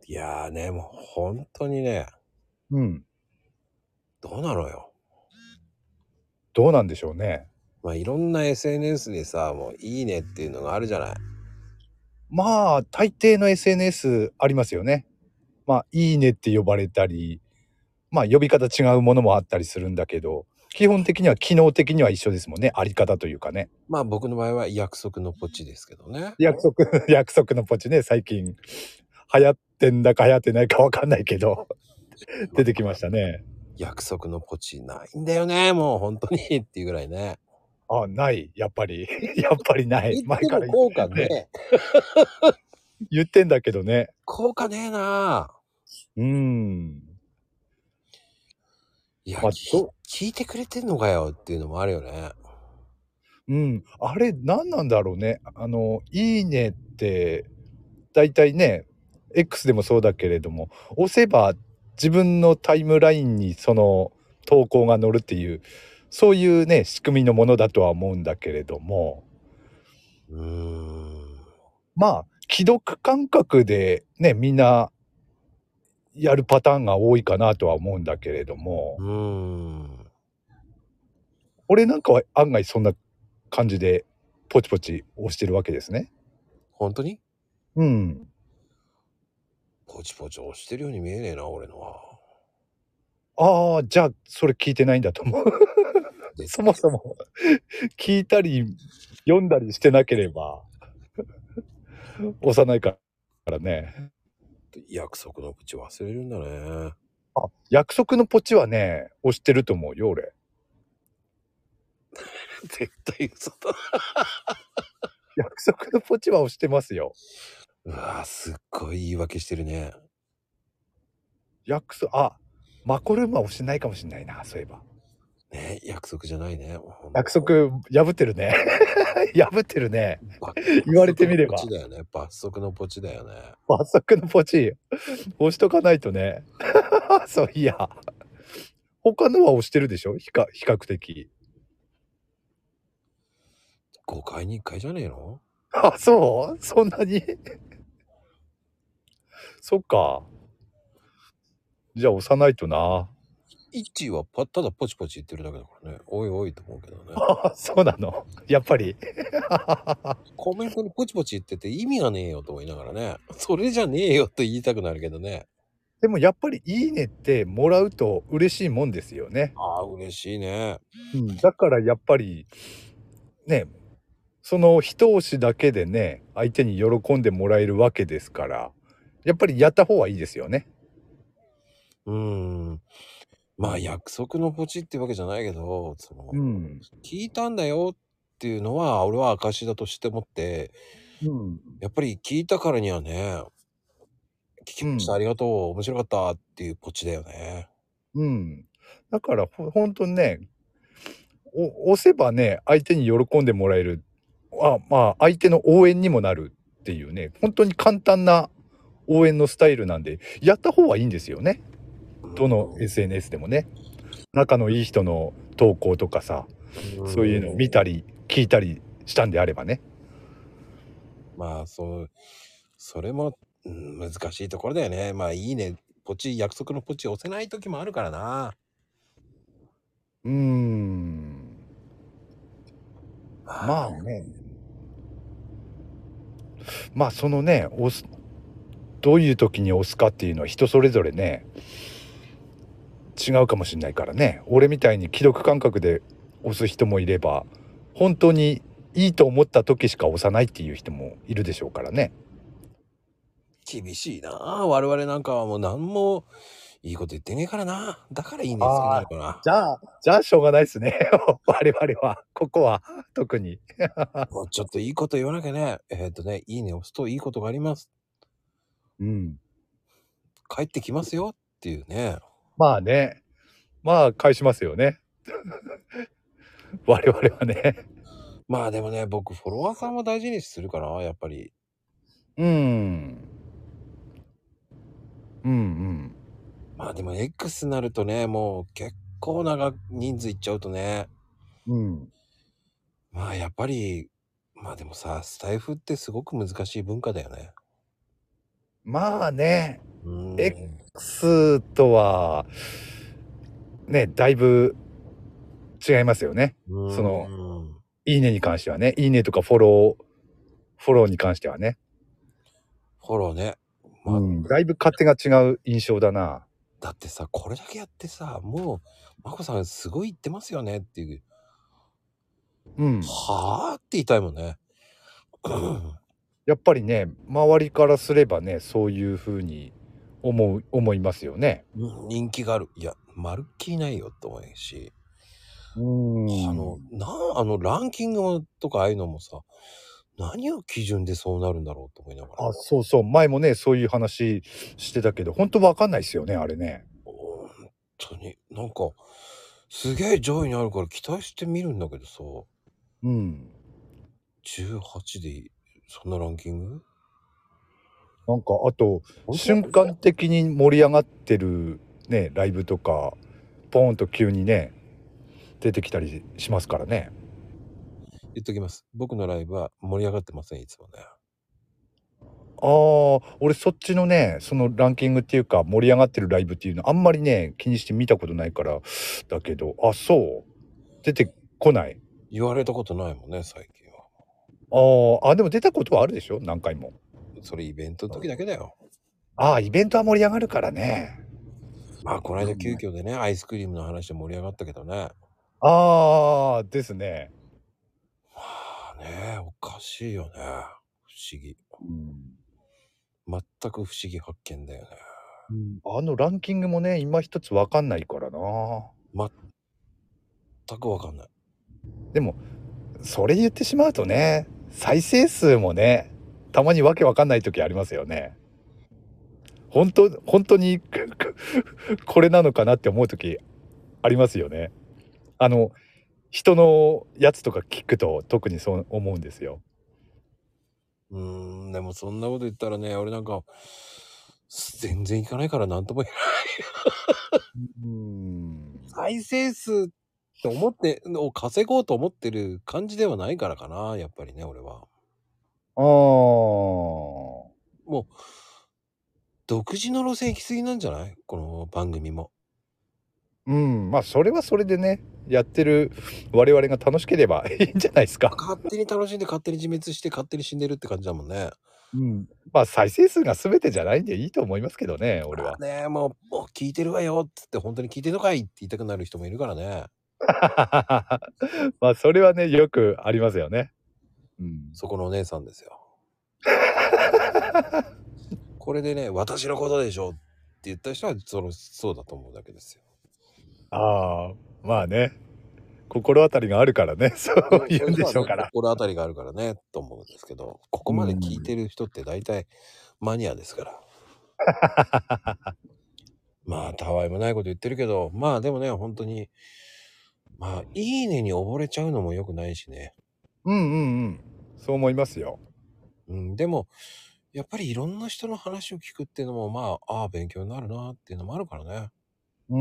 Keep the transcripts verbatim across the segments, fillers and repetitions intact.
いやーね、もう本当にね、 うん。 どうなのよ。 どうなんでしょうね。 まあいろんな エスエヌエス にさ、もういいねっていうのがあるじゃない。 まあ、大抵の エスエヌエス ありますよね。まあ、いいねって呼ばれたり、まあ、呼び方違うものもあったりするんだけど、基本的には機能的には一緒ですもんね。あり方というかね。 まあ僕の場合は約束のポチですけどね。 約束約束のポチね、最近流行ってんだか流行ってないかわかんないけど、出てきましたね。 約束のポチないんだよね、もう本当にっていうぐらいね。 あ、ない、やっぱり。やっぱりない。 言っても前から効果ねね、 え。 言ってんだけどね。 効果ねえな。 うーん。 いや、 まあ、 きど聞いてくれてんのかよっていうのもあるよね。 うん、あれ何なんだろうね。あの、いいねってだいたいね、X でもそうだけれども、押せば自分のタイムラインにその投稿が載るっていう、そういうね、仕組みのものだとは思うんだけれども、 うーん。 まあ、既読感覚でね、みんなやるパターンが多いかなとは思うんだけれども、 うーん。 俺なんかは案外そんな感じでポチポチ押してるわけですね。 本当にうん。 ポチポチ押してるように見えねえな、俺のは。 ああ、じゃあ、それ聞いてないんだと思う。 で、 そもそも聞いたり読んだりしてなければ押さないからね。 約束のポチ忘れるんだね。 あ、約束のポチはね、押してると思うよ、俺。 絶対嘘だ。 約束のポチは押してますよ。 うわぁ、すっごい言い訳してるね。 約束、あ、マコルームは押してないかもしんないな、そういえば。 ね、約束じゃないね。ほん約束破ってるね。破ってるね。 ば言われ罰則のてみれば。 ポチだよね。罰則のポチだよね。 罰則のポチ、押しとかないとね。そういや。他のは押してるでしょ、比較比較的。 ごかいにいっかいじゃねえの？ あ、そう？そんなに？そっか。じゃあ押さないとな。 イッチーはパただポチポチ言ってるだけだからね。おいおいと思うけどね。 あ、そうなの。やっぱり。 コメントにポチポチ言ってて意味がねえよと思いながらね。それじゃねえよと言いたくなるけどね。 でもやっぱりいいねってもらうと嬉しいもんですよね。 ああ、嬉しいね。 うん、だからやっぱり、ね、その一押しだけでね、相手に喜んでもらえるわけですから、やっぱりやった方はいいですよね。 うーん。まあ約束のポチってわけじゃないけど、その、 うん。 聞いたんだよっていうのは、俺は証だとしてもって、 うん。 やっぱり聞いたからにはね、聞きました、 うん。 ありがとう、面白かったっていうポチだよね。 うん。だからほほんとにね、お押せばね、相手に喜んでもらえる、あ、まあ、相手の応援にもなるっていうね、ほんとに簡単な応援のスタイルなんで、やった方はいいんですよね。どの エスエヌエス でもね。仲のいい人の投稿とかさ、 うそういうのを見ん。 たり聞いたりしたんであればね。 まあ、そう、それも、うん、難しいところだよね。まあいいね、ポチ、約束のポチ押せない時もあるからな。 うーん。まあね。まあそのね、押すどういう時に押すかっていうのは人それぞれね、違うかもしんないからね。俺みたいに既読感覚で押す人もいれば、本当にいいと思った時しか押さないっていう人もいるでしょうからね。 厳しいな。我々なんかはもう何もいいこと言ってねえからな。だからいいねつけああ、 ないのかな。 じゃあじゃあしょうがないっすね。我々は、ここは特に。 もうちょっといいこと言わなきゃね。えっとね、いいね押すといいことがあります。 うん。 帰ってきますよっていうね。 まあね、まあ返しますよね。我々はね。 まあでもね、僕フォロワーさんは大事にするかな、やっぱり。 うーん。うんうん。 まあでも X になるとね、もう結構な人数いっちゃうとね。 うん。 まあやっぱり、まあでもさ、スタイフってすごく難しい文化だよね。 まあね、 う X とはねだいぶ違いますよね。そのいいねに関してはね、いいねとかフォローフォローに関してはね。 フォローね。 まあ、うん、だいぶ勝手が違う印象だな。 だってさ、これだけやってさ、もうまこさんすごい言ってますよねっていう。うん。はあって言いたいもんね。 やっぱりね、周りからすればね、そういう風に思う思いますよね。 うん、人気がある。いや、まるっきりないよと思うし。うん。あの、なあのランキングとかああいうのもさ、何を基準でそうなるんだろうと思いながら。 あ、そうそう。前もね、そういう話してたけど、本当わかんないですよね、あれね。 本当になんかすげえ上位にあるから期待してみるんだけどさ。うん。じゅうはちでそんなランキング？ なんかあと瞬間的に盛り上がってるねライブとかポーンと急にね出てきたりしますからね。 言っときます。僕のライブは盛り上がってません、いつもね。 ああ、俺そっちのね、そのランキングっていうか盛り上がってるライブっていうのあんまりね気にして見たことないからだけど、あ、そう出てこない。 言われたことないもんね、最近は。 ああ、あでも出たことはあるでしょ、何回も。 それイベントの時だけだよ。 ああ、イベントは盛り上がるからね。 まあこの間急遽でね、アイスクリームの話で盛り上がったけどね。 ああ、ですね。 まあね、おかしいよね。不思議。うん、全く不思議発見だよね。 うん、あのランキングもね、今一つわかんないからな。 全くわかんない。 でも、それ言ってしまうとね、再生数もね、たまにわけわかんない時ありますよね。本当、本当にこれなのかなって思う時ありますよね。あの、人のやつとか聞くと特にそう思うんですよ。 うーん、でもそんなこと言ったらね、俺なんか、全然いかないから何とも言えない。うーん。再生数って思って、を稼ごうと思ってる感じではないからかな、やっぱりね、俺は。 ああ。 もう、独自の路線行き過ぎなんじゃない？この番組も。 うん、まあそれはそれでね、やってる我々が楽しければいいんじゃないですか。 勝手に楽しんで勝手に自滅して勝手に死んでるって感じだもんね。 うん。まあ再生数が全てじゃないんでいいと思いますけどね、俺は。 ねえ、もう、もう聞いてるわよっつって本当に聞いてるのかいって言いたくなる人もいるからね。 まあそれはね、よくありますよね。 うん。そこのお姉さんですよ。これでね、私のことでしょって言った人はそのそうだと思うだけですよ。 ああ、まあね。心当たりがあるからね、そう言うんでしょうから。 心当たりがあるからね、と思うんですけど、ここまで聞いてる人って大体マニアですから。まあ、たわいもないこと言ってるけど、まあでもね、本当に、まあ、いいねに溺れちゃうのも良くないしね。 うんうんうん。そう思いますよ。 うん、でも、やっぱりいろんな人の話を聞くっていうのも、まあ、ああ、勉強になるなっていうのもあるからね。 うん。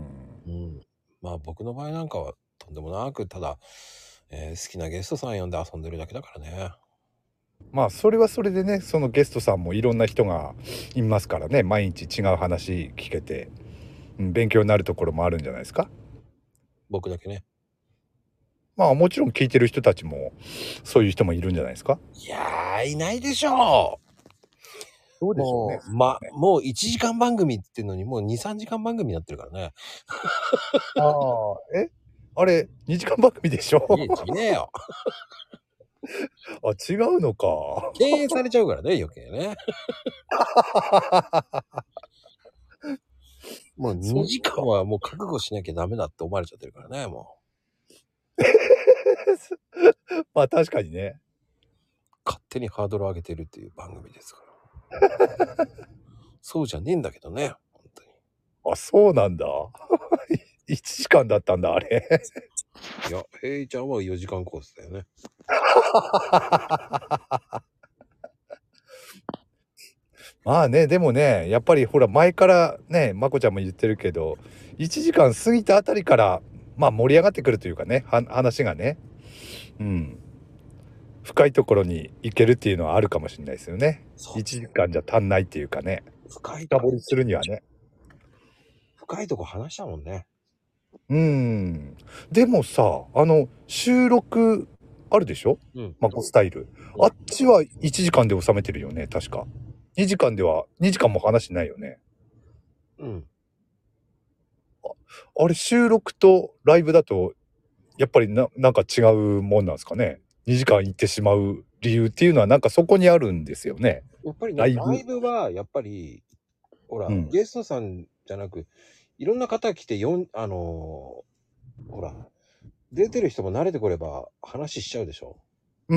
うん。まあ僕の場合なんかはとんでもなく、ただ、えー好きなゲストさん呼んで遊んでるだけだからね。 まあそれはそれでね、そのゲストさんもいろんな人がいますからね、毎日違う話聞けて、うん、勉強になるところもあるんじゃないですか。 僕だけね。 まあもちろん聞いてる人たちもそういう人もいるんじゃないですか。 いやー、いないでしょう。 そうでしょうね。 もう、ま、もういちじかん番組って言ってんのに、もうに、さんじかん番組になってるからね。 ああ、えあれ、にじかん番組でしょ？ いえ、違えよ。 あ、違うのか。 敬遠されちゃうからね、余計ね。もうにじかんはもう覚悟しなきゃダメだって思われちゃってるからね、もう。 まあ確かにね。 勝手にハードル上げてるっていう番組ですから。そうじゃねえんだけどね、本当に。 あ、そうなんだ。いちじかんだったんだ、あれ。 いや、ヘイちゃんはよじかんコースだよね。 まあね、でもね、やっぱりほら前からね、まこちゃんも言ってるけど、いちじかん過ぎたあたりから、まあ盛り上がってくるというかね、は話がね、うん、深いところに行けるっていうのはあるかもしれないですよね。いちじかんじゃ足んないっていうかね。 深い深掘りするにはね。 深いとこ話したもんね。 うーん。でもさ、あの、収録あるでしょ？ うん。 マコスタイル。あっちはいちじかんで収めてるよね、確か。にじかんでは、にじかんも話してないよね。 うん。 あれ、収録とライブだと、やっぱりな、なんか違うもんなんですかね。にじかん行ってしまう理由っていうのはなんかそこにあるんですよね。 やっぱりね、 ライブ。 ライブは、やっぱり、ほら、 うん。 ゲストさんじゃなく、いろんな方来て、よん、あのーほら、出てる人も慣れてこれば話しちゃうでしょ。 うん。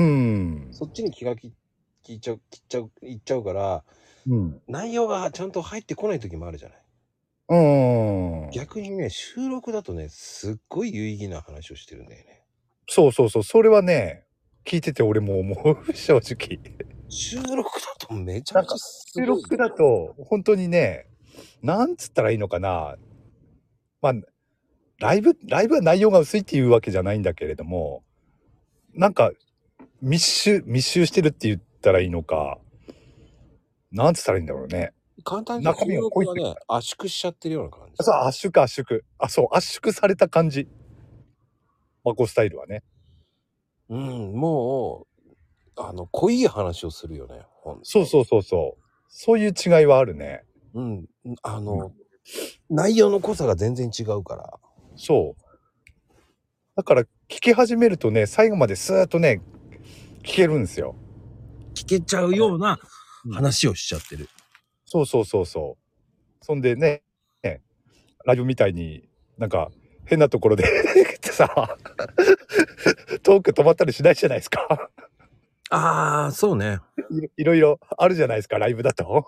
そっちに気がき聞いちゃう、切っちゃう、いっちゃうから、 うん。 内容がちゃんと入ってこない時もあるじゃない。 うん。 逆にね、収録だとね、すっごい有意義な話をしてるんだよね。 そうそうそう。それはね、聞いてて俺も思う、正直。 収録だとめちゃなんか、 くちゃす収ごい。 録だと、本当にね、なんつったらいいのかな。まあ、ライブ、ライブは内容が薄いっていうわけじゃないんだけれども、なんか、密集、密集してるって言ったらいいのか、なんつったらいいんだろうね。 簡単に言うと収中身が濃い録がね、圧縮しちゃってるような感じ。 そう、圧縮圧縮。あ、そう、圧縮された感じ。マコスタイルはね。 うん、もう、あの、濃い話をするよね。ほんそうそうそうそう。そういう違いはあるね。 うん、あの、 うん、 内容の濃さが全然違うから。 そう。だから聞き始めるとね、最後までスーッとね、聞けるんですよ。 聞けちゃうようなうん、 話をしちゃってる。 そうそうそうそう。そんでね、ねライブみたいになんか変なところでさ、トーク止まったりしないじゃないですか。 ああ、そうね。 いろいろあるじゃないですか、ライブだと。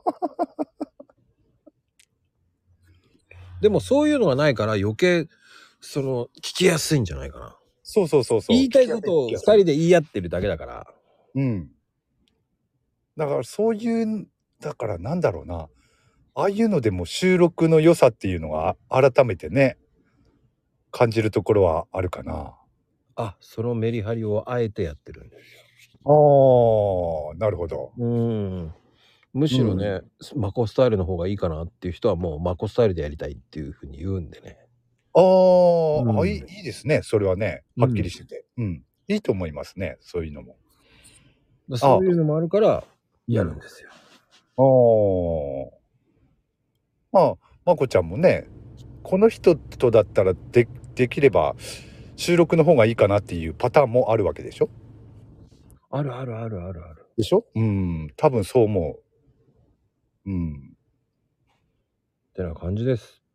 でもそういうのがないから余計、その、聞きやすいんじゃないかな。 そうそうそうそう。 言いたいことを二人で言い合ってるだけだから。 うん。だからそういう、だからなんだろうな。ああいうのでも収録の良さっていうのが改めてね、感じるところはあるかな。 あ、そのメリハリをあえてやってるんですああ、なるほど。 よ。うん。むしろね、マコスタイルの方がいいかなっていう人はもうマコスタイルでやりたいっていうふうに言うんでね。 ああ、 うんあ、いい、いいですね。それはね、はっきりうんしてて。うん。いいと思いますね。そういうのも。あそういうのもあるからやるんですよ。 あ、ああ、まあ、まこちゃんもね、この人とだったらで、できれば収録の方がいいかなっていうパターンもあるわけでしょ？ あるあるあるあるある。 でしょ？うん、多分そう思う。うん。 ってな感じです。